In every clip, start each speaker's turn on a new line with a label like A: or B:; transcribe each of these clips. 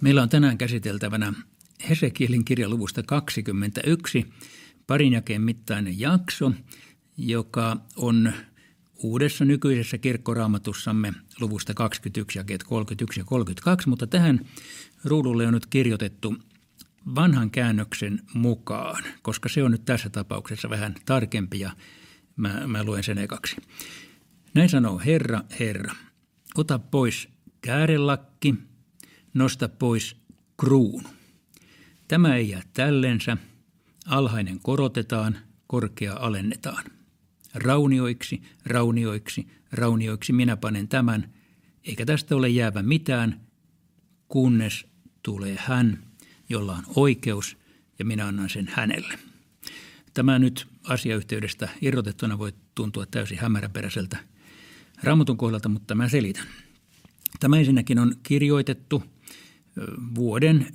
A: Meillä on tänään käsiteltävänä Hesekielin kirja luvusta 21, parin jakeen mittainen jakso, joka on uudessa nykyisessä kirkkoraamatussamme luvusta 21 jakeet 31 ja 32, mutta tähän ruudulle on nyt kirjoitettu vanhan käännöksen mukaan, koska se on nyt tässä tapauksessa vähän tarkempi ja mä luen sen ekaksi. Näin sanoo Herra, Herra, ota pois käärelakki, nosta pois kruunu. Tämä ei jää tällensä, alhainen korotetaan, korkea alennetaan. Raunioiksi, raunioiksi, raunioiksi minä panen tämän, eikä tästä ole jäävä mitään, kunnes tulee hän, jolla on oikeus, ja minä annan sen hänelle. Tämä nyt asiayhteydestä irrotettuna voi tuntua täysin hämäräperäiseltä Raamatun kohdalta, mutta mä selitän. Tämä ensinnäkin on kirjoitettu vuoden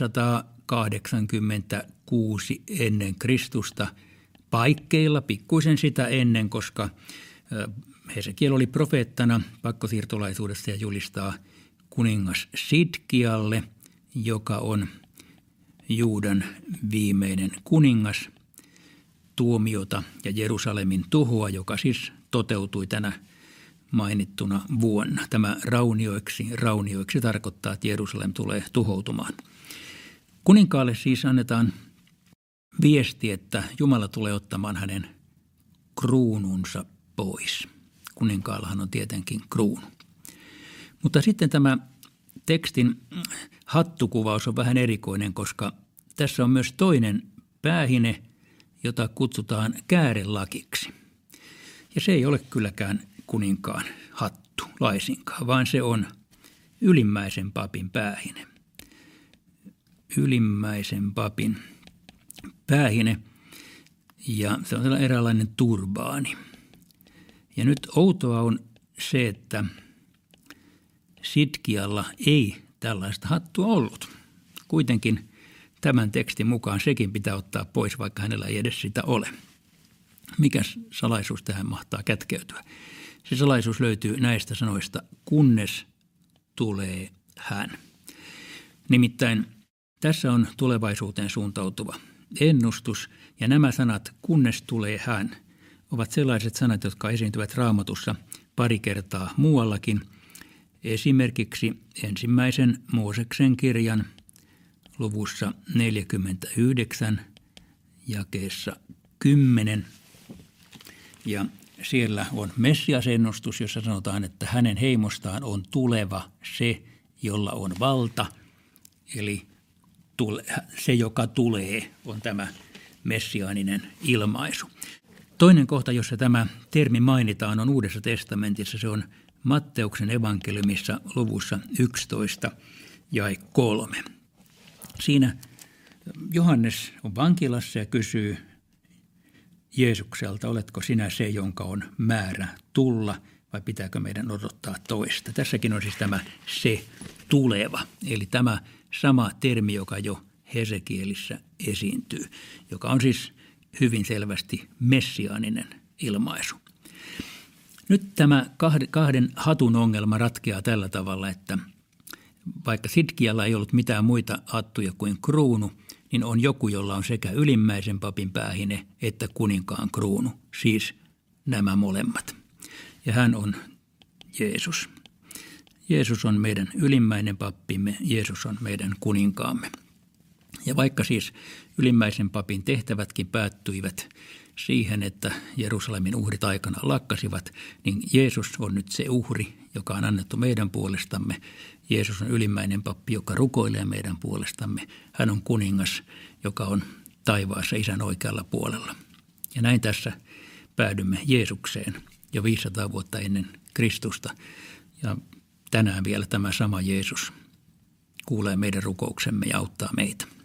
A: 586 ennen Kristusta paikkeilla, pikkuisen sitä ennen, koska Hesekiel oli profeettana pakkosiirtolaisuudessa ja julistaa kuningas Sidkialle, joka on Juudan viimeinen kuningas, tuomiota ja Jerusalemin tuhoa, joka siis toteutui tänä mainittuna vuonna. Tämä raunioiksi tarkoittaa, että Jerusalem tulee tuhoutumaan. Kuninkaalle siis annetaan viesti, että Jumala tulee ottamaan hänen kruununsa pois. Kuninkaallahan on tietenkin kruunu. Mutta sitten tämä tekstin hattukuvaus on vähän erikoinen, koska tässä on myös toinen päähine, jota kutsutaan käärelakiksi. Ja se ei ole kylläkään kuninkaan hattu laisinkaan, vaan se on ylimmäisen papin päähine. Ylimmäisen papin päähine ja se on eräänlainen turbaani. Ja nyt outoa on se, että Sidkialla ei tällaista hattua ollut. Kuitenkin tämän tekstin mukaan sekin pitää ottaa pois, vaikka hänellä ei edes sitä ole. Mikäs salaisuus tähän mahtaa kätkeytyä? Se salaisuus löytyy näistä sanoista, kunnes tulee hän. Nimittäin tässä on tulevaisuuteen suuntautuva ennustus, ja nämä sanat, kunnes tulee hän, ovat sellaiset sanat, jotka esiintyvät Raamatussa pari kertaa muuallakin. Esimerkiksi ensimmäisen Mooseksen kirjan luvussa 49 jakeessa 10. Ja siellä on Messias-ennustus, jossa sanotaan, että hänen heimostaan on tuleva se, jolla on valta. Eli se, joka tulee, on tämä messiaaninen ilmaisu. Toinen kohta, jossa tämä termi mainitaan, on Uudessa testamentissa. Se on Matteuksen evankeliumissa luvussa 11 jae 3. Siinä Johannes on vankilassa ja kysyy Jeesukselta, oletko sinä se, jonka on määrä tulla, vai pitääkö meidän odottaa toista? Tässäkin on siis tämä se tuleva, eli tämä sama termi, joka jo Hesekielissä esiintyy, joka on siis hyvin selvästi messiaaninen ilmaisu. Nyt tämä kahden hatun ongelma ratkeaa tällä tavalla, että vaikka Sidkialla ei ollut mitään muita hattuja kuin kruunu, niin on joku, jolla on sekä ylimmäisen papin päähine että kuninkaan kruunu, siis nämä molemmat. Ja hän on Jeesus. Jeesus on meidän ylimmäinen pappimme, Jeesus on meidän kuninkaamme. Ja vaikka siis ylimmäisen papin tehtävätkin päättyivät siihen, että Jerusalemin uhrit aikana lakkasivat, niin Jeesus on nyt se uhri, joka on annettu meidän puolestamme. Jeesus on ylimmäinen pappi, joka rukoilee meidän puolestamme. Hän on kuningas, joka on taivaassa Isän oikealla puolella. Ja näin tässä päädymme Jeesukseen jo 500 vuotta ennen Kristusta. Ja tänään vielä tämä sama Jeesus kuulee meidän rukouksemme ja auttaa meitä.